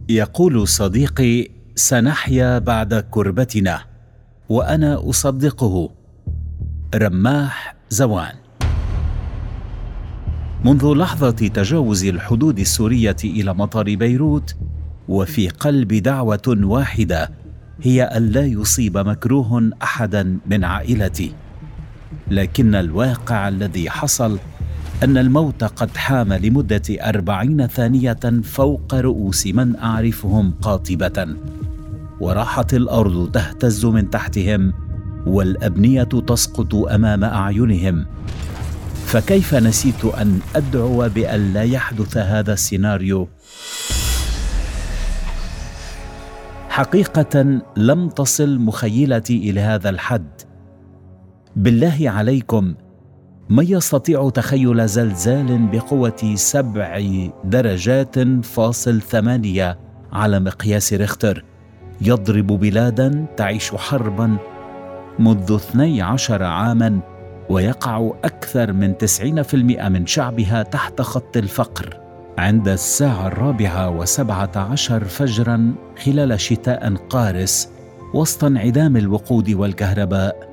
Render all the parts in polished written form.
يقول صديقي: سنحيا بعد كربتنا، وأنا أصدقه. رماح زوان. منذ لحظة تجاوز الحدود السورية إلى مطار بيروت، وفي قلب دعوة واحدة هي ألا يصيب مكروه أحدا من عائلتي، لكن الواقع الذي حصل أن الموت قد حام لمدة 40 ثانية فوق رؤوس من أعرفهم قاطبة، وراحت الأرض تهتز من تحتهم والأبنية تسقط أمام أعينهم. فكيف نسيت أن أدعو بأن لا يحدث هذا السيناريو؟ حقيقة لم تصل مخيلتي إلى هذا الحد. بالله عليكم، من يستطيع تخيل زلزال بقوة 7 درجات فاصل 8 على مقياس ريختر يضرب بلادا تعيش حربا منذ 12 عاما، ويقع أكثر من 90% من شعبها تحت خط الفقر عند 4:17 فجرا خلال شتاء قارس وسط انعدام الوقود والكهرباء؟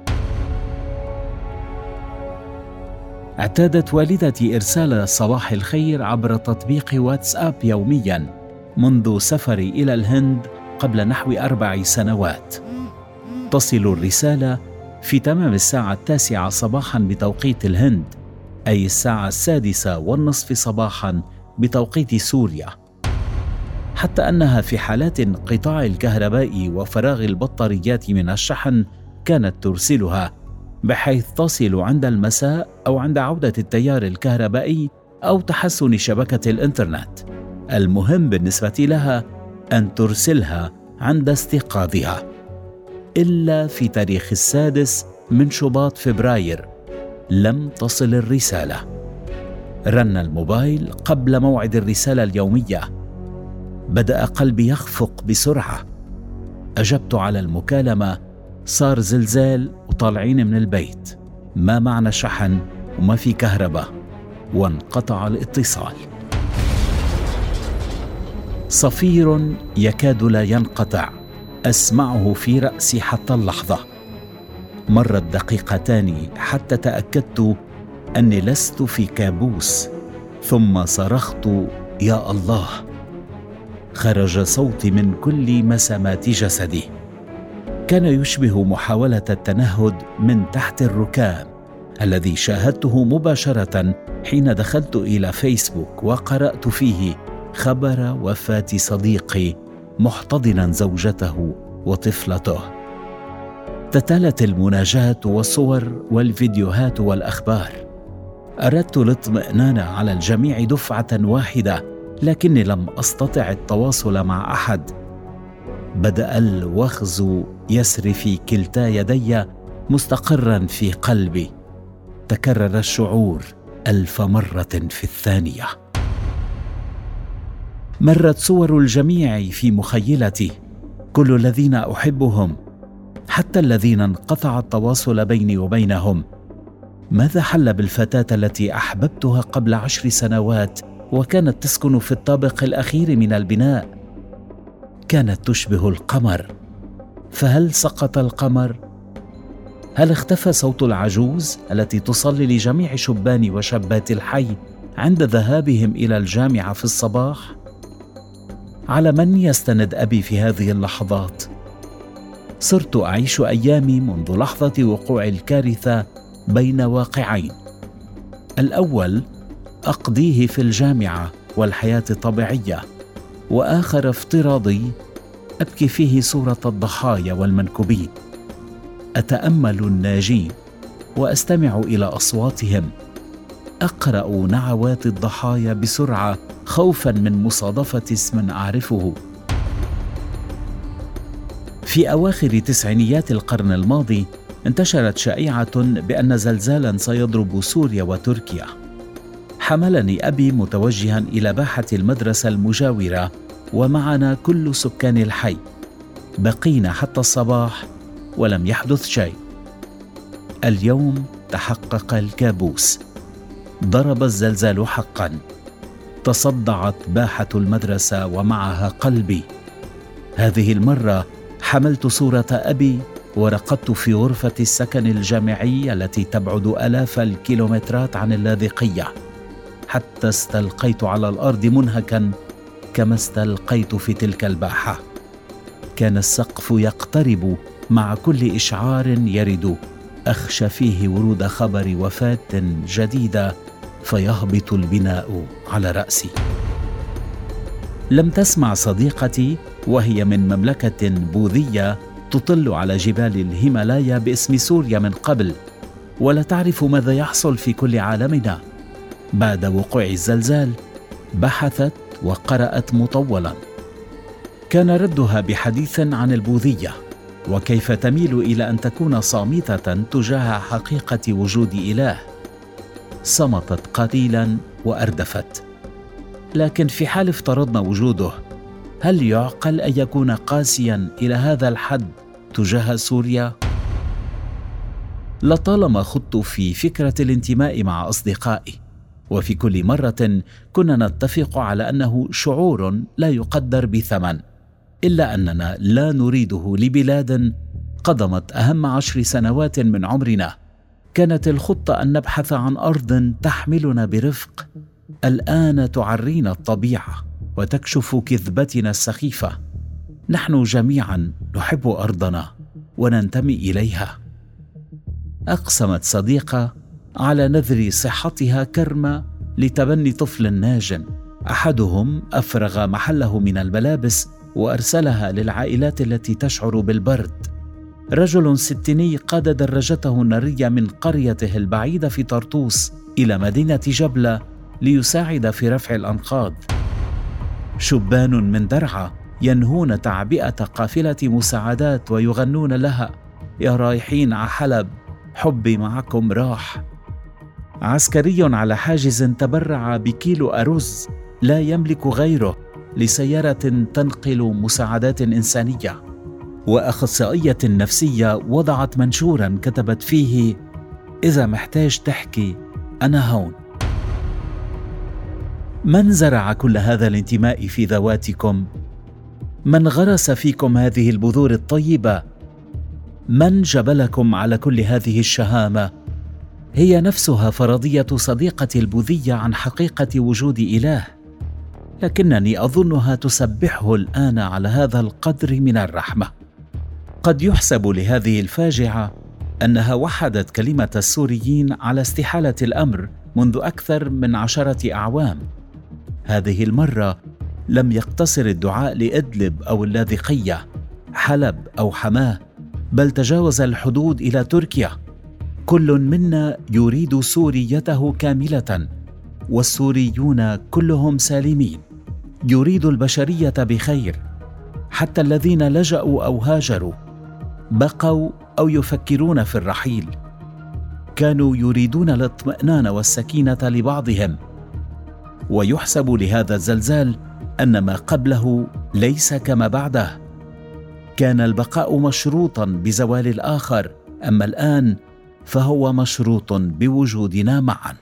اعتادت والدتي إرسال صباح الخير عبر تطبيق واتساب يوميا منذ سفري إلى الهند قبل نحو 4 سنوات. تصل الرسالة في تمام الساعة 9 صباحا بتوقيت الهند، أي الساعة 6:30 صباحا بتوقيت سوريا، حتى أنها في حالات انقطاع الكهرباء وفراغ البطاريات من الشحن كانت ترسلها، بحيث تصل عند المساء أو عند عودة التيار الكهربائي أو تحسن شبكة الإنترنت. المهم بالنسبة لها أن ترسلها عند استيقاظها. إلا في تاريخ 6 من شباط فبراير لم تصل الرسالة. رن الموبايل قبل موعد الرسالة اليومية. بدأ قلبي يخفق بسرعة. أجبت على المكالمة: صار زلزال وطالعين من البيت، ما معنا شحن وما في كهرباء. وانقطع الاتصال. صفير يكاد لا ينقطع أسمعه في رأسي حتى اللحظة. مرت دقيقتان حتى تأكدت أني لست في كابوس، ثم صرخت: يا الله! خرج صوتي من كل مسامات جسدي. كان يشبه محاولة التنهد من تحت الركام الذي شاهدته مباشرة حين دخلت إلى فيسبوك وقرأت فيه خبر وفاة صديقي محتضنا زوجته وطفلته. تتالت المناجات والصور والفيديوهات والأخبار. أردت الاطمئنان على الجميع دفعة واحدة، لكني لم أستطع التواصل مع أحد. بدأ الوخز يسري في كلتا يدي مستقرا في قلبي. تكرر الشعور 1000 مرة في الثانية. مرت صور الجميع في مخيلتي، كل الذين أحبهم، حتى الذين انقطع التواصل بيني وبينهم. ماذا حل بالفتاة التي أحببتها قبل 10 سنوات وكانت تسكن في الطابق الأخير من البناء؟ كانت تشبه القمر، فهل سقط القمر؟ هل اختفى صوت العجوز التي تصلي لجميع شبان وشابات الحي عند ذهابهم إلى الجامعة في الصباح؟ على من يستند أبي في هذه اللحظات؟ صرت أعيش أيامي منذ لحظة وقوع الكارثة بين واقعين: الأول أقضيه في الجامعة والحياة الطبيعية، وآخر افتراضي أبكي فيه صورة الضحايا والمنكوبين. أتأمل الناجين وأستمع إلى أصواتهم. أقرأ نعوات الضحايا بسرعة خوفا من مصادفة اسم أعرفه. في أواخر تسعينيات القرن الماضي انتشرت شائعة بأن زلزالا سيضرب سوريا وتركيا. حملني أبي متوجها إلى باحة المدرسة المجاورة، ومعنا كل سكان الحي. بقينا حتى الصباح ولم يحدث شيء. اليوم تحقق الكابوس. ضرب الزلزال حقا. تصدعت باحة المدرسة ومعها قلبي. هذه المرة حملت صورة أبي ورقدت في غرفة السكن الجامعي التي تبعد آلاف الكيلومترات عن اللاذقية، حتى استلقيت على الأرض منهكا كما استلقيت في تلك الباحة. كان السقف يقترب مع كل إشعار يرد، أخشى فيه ورود خبر وفاة جديدة فيهبط البناء على رأسي. لم تسمع صديقتي وهي من مملكة بوذية تطل على جبال الهيمالايا باسم سوريا من قبل، ولا تعرف ماذا يحصل في كل عالمنا. بعد وقوع الزلزال بحثت وقرأت مطولا. كان ردها بحديث عن البوذية وكيف تميل إلى أن تكون صامتة تجاه حقيقة وجود إله. صمتت قليلا وأردفت: لكن في حال افترضنا وجوده، هل يعقل أن يكون قاسيا إلى هذا الحد تجاه سوريا؟ لطالما خضت في فكرة الانتماء مع أصدقائي، وفي كل مرة كنا نتفق على أنه شعور لا يقدر بثمن، إلا أننا لا نريده لبلاد قضمت أهم 10 سنوات من عمرنا. كانت الخطة أن نبحث عن أرض تحملنا برفق. الآن تعرينا الطبيعة وتكشف كذبتنا السخيفة. نحن جميعا نحب أرضنا وننتمي إليها. أقسمت صديقة على نذر صحتها كرمة لتبني طفل ناجم. أحدهم أفرغ محله من الملابس وأرسلها للعائلات التي تشعر بالبرد. رجل ستيني قاد دراجته النارية من قريته البعيدة في طرطوس إلى مدينة جبلة ليساعد في رفع الأنقاض. شبان من درعا ينهون تعبئة قافلة مساعدات ويغنون لها: يا رايحين ع حلب حبي معكم راح. عسكري على حاجز تبرع بكيلو أرز لا يملك غيره لسيارة تنقل مساعدات إنسانية. وأخصائية نفسية وضعت منشورا كتبت فيه: إذا محتاج تحكي أنا هون. من زرع كل هذا الانتماء في ذواتكم؟ من غرس فيكم هذه البذور الطيبة؟ من جبلكم على كل هذه الشهامة؟ هي نفسها فرضية صديقتي البوذية عن حقيقة وجود إله، لكنني أظنها تسبحه الآن على هذا القدر من الرحمة. قد يحسب لهذه الفاجعة أنها وحدت كلمة السوريين على استحالة الأمر منذ أكثر من 10 أعوام. هذه المرة لم يقتصر الدعاء لإدلب أو اللاذقية، حلب أو حماه، بل تجاوز الحدود إلى تركيا. كل منا يريد سوريته كاملة، والسوريون كلهم سالمين. يريد البشرية بخير. حتى الذين لجأوا أو هاجروا، بقوا أو يفكرون في الرحيل، كانوا يريدون الاطمئنان والسكينة لبعضهم. ويحسب لهذا الزلزال أن ما قبله ليس كما بعده. كان البقاء مشروطا بزوال الآخر، أما الآن فهو مشروط بوجودنا معا.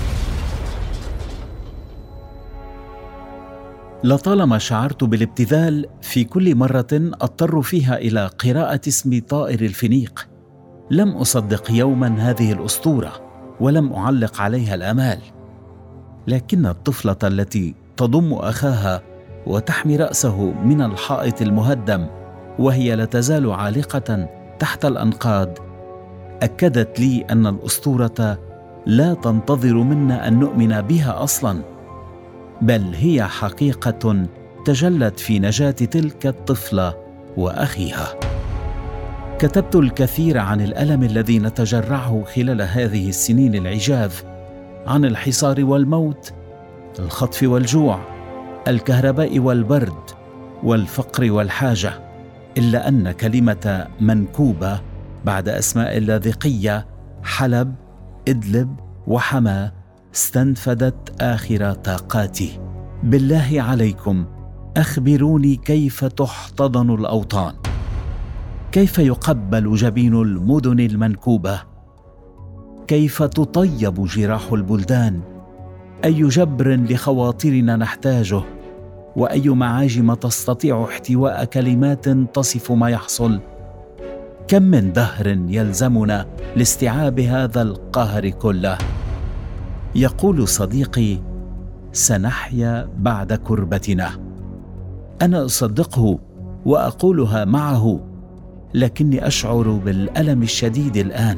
لطالما شعرت بالابتذال في كل مرة أضطر فيها إلى قراءة اسم طائر الفينيق. لم أصدق يوما هذه الأسطورة ولم أعلق عليها الآمال، لكن الطفلة التي تضم أخاها وتحمي رأسه من الحائط المهدم وهي لا تزال عالقة تحت الأنقاض أكدت لي أن الأسطورة لا تنتظر منا أن نؤمن بها أصلا، بل هي حقيقة تجلت في نجاة تلك الطفلة وأخيها. كتبت الكثير عن الألم الذي نتجرعه خلال هذه السنين العجاف، عن الحصار والموت، الخطف والجوع، الكهرباء والبرد، والفقر والحاجة، إلا أن كلمة منكوبة بعد أسماء اللاذقية حلب، إدلب وحما استنفدت آخر طاقاتي. بالله عليكم أخبروني كيف تحتضن الأوطان؟ كيف يقبل جبين المدن المنكوبة؟ كيف تطيب جراح البلدان؟ أي جبر لخواطرنا نحتاجه، وأي معاجم تستطيع احتواء كلمات تصف ما يحصل. كم من دهر يلزمنا لاستيعاب هذا القهر كله. يقول صديقي: سنحيا بعد كربتنا. أنا أصدقه وأقولها معه، لكني أشعر بالألم الشديد الآن.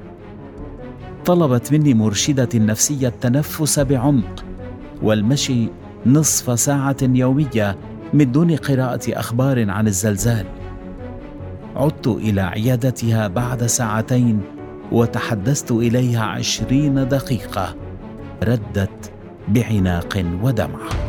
طلبت مني مرشدة النفسية التنفس بعمق والمشي نصف ساعة يومية من دون قراءة أخبار عن الزلزال. عدت إلى عيادتها بعد ساعتين وتحدثت إليها 20 دقيقة. ردت بعناق ودمعة.